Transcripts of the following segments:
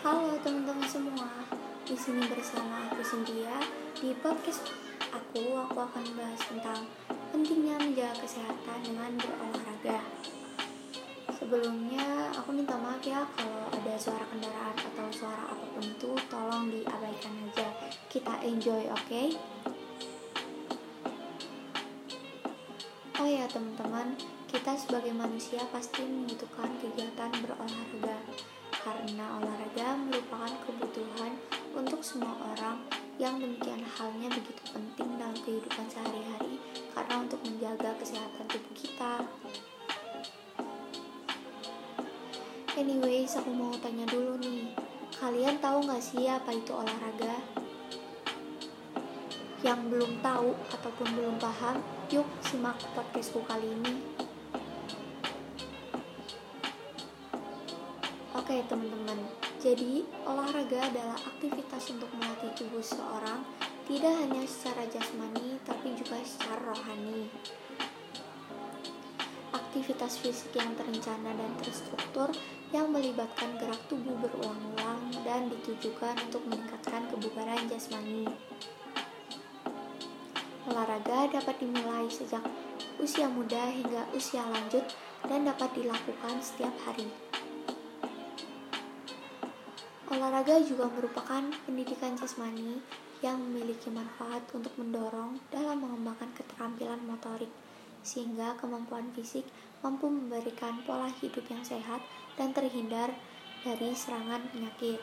Halo teman-teman semua, di sini bersama aku Cynthia. Di podcast aku akan membahas tentang pentingnya menjaga kesehatan dengan berolahraga. Sebelumnya, aku minta maaf ya kalau ada suara kendaraan atau suara apapun itu, tolong diabaikan aja. Kita enjoy, oke? Oh ya teman-teman, kita sebagai manusia pasti membutuhkan kegiatan berolahraga. Karena olahraga merupakan kebutuhan untuk semua orang yang demikian halnya begitu penting dalam kehidupan sehari-hari karena untuk menjaga kesehatan tubuh kita. Anyways, aku mau tanya dulu nih, kalian tahu gak sih apa itu olahraga? Yang belum tahu ataupun belum paham, yuk simak podcastku kali ini. Oke teman-teman, jadi olahraga adalah aktivitas untuk melatih tubuh seseorang tidak hanya secara jasmani tapi juga secara rohani. Aktivitas fisik yang terencana dan terstruktur yang melibatkan gerak tubuh berulang-ulang dan ditujukan untuk meningkatkan kebugaran jasmani. Olahraga dapat dimulai sejak usia muda hingga usia lanjut dan dapat dilakukan setiap hari. Olahraga juga merupakan pendidikan jasmani yang memiliki manfaat untuk mendorong dalam mengembangkan keterampilan motorik, sehingga kemampuan fisik mampu memberikan pola hidup yang sehat dan terhindar dari serangan penyakit.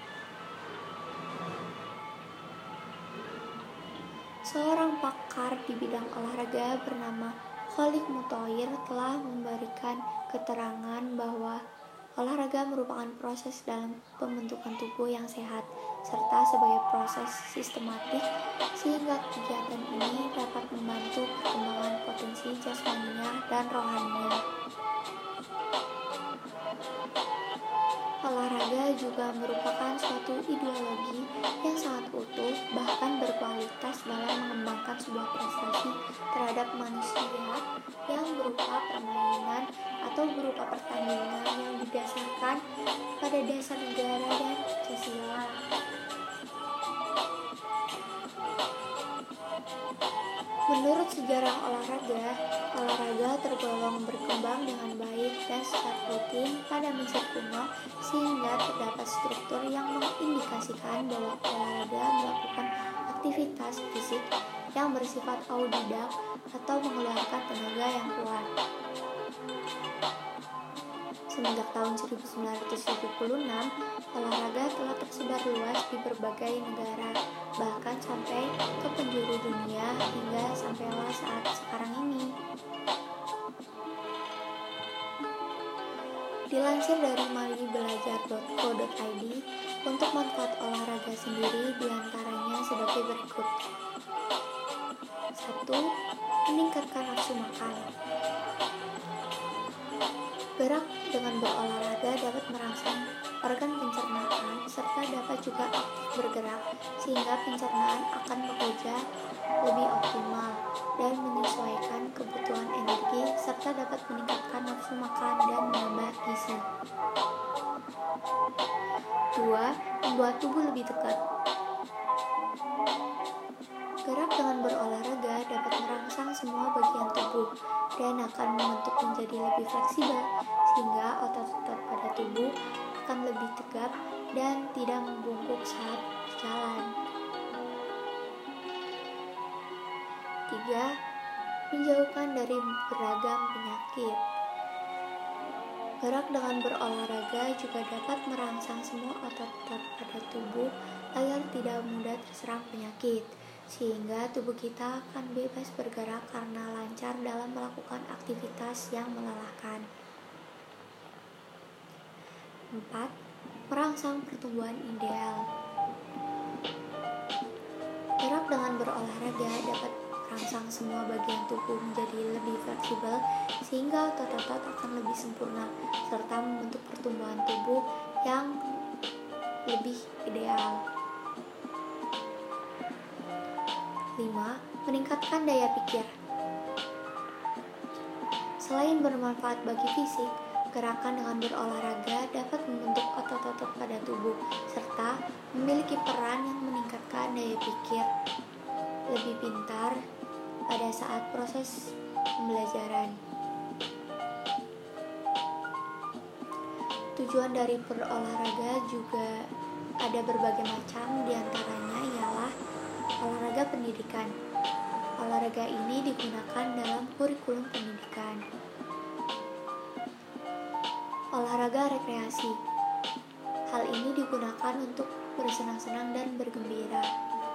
Seorang pakar di bidang olahraga bernama Khalid Mutoir telah memberikan keterangan bahwa olahraga merupakan proses dalam pembentukan tubuh yang sehat, serta sebagai proses sistematik, sehingga kegiatan ini dapat membantu perkembangan potensi jasmaninya dan rohaninya. Olahraga juga merupakan suatu ideologi yang sangat utuh, bahkan berkualitas dalam mengembangkan sebuah prestasi terhadap manusia yang berupa permainan atau berupa pertandingan yang didasarkan pada dasar negara dan Pancasila. Menurut sejarah olahraga tergolong berkembang dengan baik dan secara rutin pada Mesir kuno, sehingga terdapat struktur yang mengindikasikan bahwa olahraga melakukan aktivitas fisik yang bersifat autodidak atau mengeluarkan tenaga yang kuat. Semenjak tahun 1976, olahraga telah tersebar luas di berbagai negara, bahkan sampai ke penjuru dunia hingga sampailah saat sekarang ini. Dilansir dari malibelajar.co.id, untuk manfaat olahraga sendiri diantaranya sebagai berikut. 1. Meningkatkan nafsu makan. Gerak dengan berolahraga dapat merangsang organ pencernaan serta dapat juga aktif bergerak sehingga pencernaan akan bekerja lebih optimal dan menyesuaikan kebutuhan energi serta dapat meningkatkan nafsu makan dan menambah gizi. 2. Membuat tubuh lebih tegap. Gerak dengan berolahraga dapat merangsang semua bagian tubuh dan akan membentuk menjadi lebih fleksibel sehingga otot-otot pada tubuh akan lebih tegap dan tidak membungkuk saat berjalan. 3. Menjauhkan dari beragam penyakit. Gerak dengan berolahraga juga dapat merangsang semua otot-otot pada tubuh agar tidak mudah terserang penyakit, sehingga tubuh kita akan bebas bergerak karena lancar dalam melakukan aktivitas yang melelahkan. 4. Merangsang pertumbuhan ideal. Gerak dengan berolahraga dapat merangsang semua bagian tubuh menjadi lebih fleksibel sehingga otot-otot akan lebih sempurna serta membentuk pertumbuhan tubuh yang lebih ideal. 5. Meningkatkan daya pikir. Selain bermanfaat bagi fisik, Gerakan dengan berolahraga dapat membentuk otot-otot pada tubuh, serta memiliki peran yang meningkatkan daya pikir lebih pintar pada saat proses pembelajaran. Tujuan dari berolahraga juga ada berbagai macam, diantaranya ialah olahraga pendidikan. Olahraga ini digunakan dalam kurikulum pendidikan. Olahraga rekreasi. Hal ini digunakan untuk bersenang-senang dan bergembira.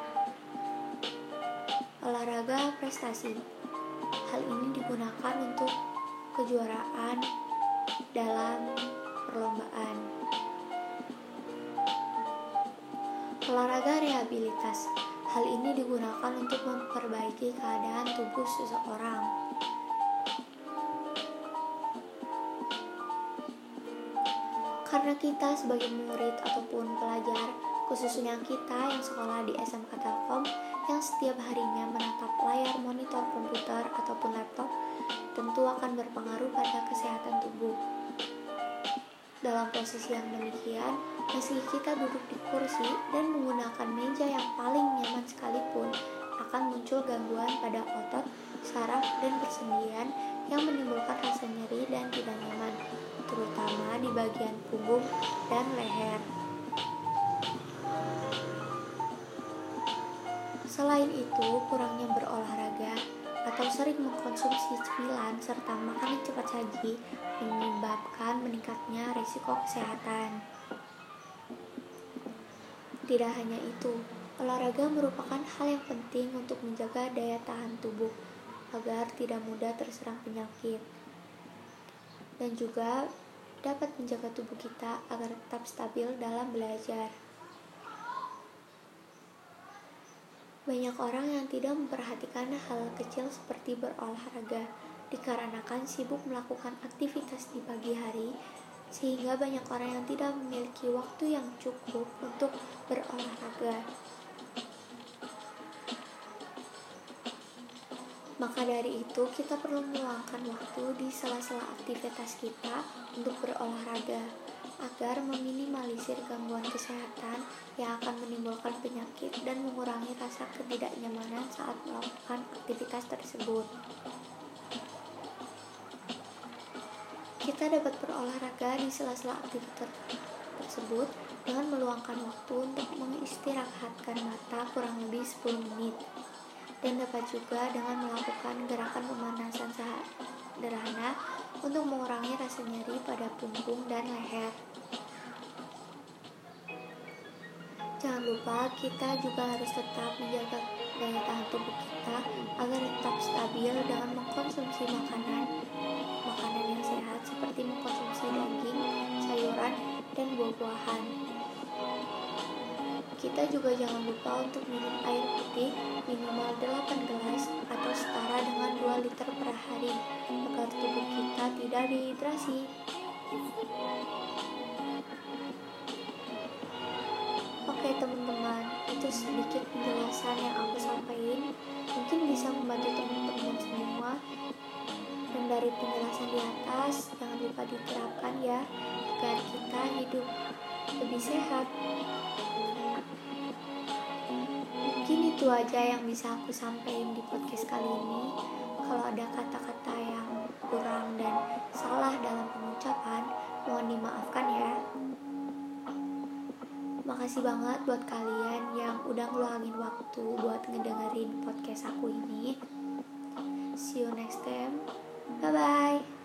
Olahraga prestasi. Hal ini digunakan untuk kejuaraan dalam perlombaan. Olahraga rehabilitas. Hal ini digunakan untuk memperbaiki keadaan tubuh seseorang. Karena kita sebagai murid ataupun pelajar, khususnya kita yang sekolah di SMK Telkom yang setiap harinya menatap layar monitor komputer ataupun laptop, tentu akan berpengaruh pada kesehatan tubuh. Dalam proses yang demikian, meski kita duduk di kursi dan menggunakan meja yang paling nyaman sekalipun, akan muncul gangguan pada otot, saraf, dan persendian yang menimbulkan rasa nyeri dan tidak nyaman, terutama di bagian punggung dan leher. Selain itu, kurangnya berolahraga atau sering mengkonsumsi cemilan serta makanan cepat saji menyebabkan meningkatnya risiko kesehatan. Tidak hanya itu, olahraga merupakan hal yang penting untuk menjaga daya tahan tubuh agar tidak mudah terserang penyakit, dan juga dapat menjaga tubuh kita agar tetap stabil dalam belajar. Banyak orang yang tidak memperhatikan hal kecil seperti berolahraga dikarenakan sibuk melakukan aktivitas di pagi hari, sehingga banyak orang yang tidak memiliki waktu yang cukup untuk berolahraga. Maka dari itu, kita perlu meluangkan waktu di sela-sela aktivitas kita untuk berolahraga agar meminimalisir gangguan kesehatan yang akan menimbulkan penyakit dan mengurangi rasa ketidaknyamanan saat melakukan aktivitas tersebut. Kita dapat berolahraga di sela-sela aktivitas tersebut dengan meluangkan waktu untuk mengistirahatkan mata kurang lebih 10 menit, dan dapat juga dengan melakukan gerakan pemanasan sederhana untuk mengurangi rasa nyeri pada punggung dan leher. Jangan lupa kita juga harus tetap menjaga daya tahan tubuh kita agar tetap stabil dengan mengkonsumsi makanan yang sehat seperti mengkonsumsi daging, sayuran, dan buah-buahan. Kita juga jangan lupa untuk minum air putih minimal 8 gelas atau setara dengan 2 liter per hari agar tubuh kita tidak dehidrasi. Oke teman-teman, itu sedikit penjelasan yang aku sampaikan, mungkin bisa membantu teman-teman semua. Dan dari penjelasan di atas, jangan lupa diterapkan ya, agar kita hidup lebih sehat. Mungkin itu aja yang bisa aku sampaikan di podcast kali ini. Kalau ada kata-kata yang kurang dan salah dalam pengucapan, mohon dimaafkan ya. Makasih banget buat kalian yang udah ngeluangin waktu buat ngedengerin podcast aku ini. See you next time. Bye-bye.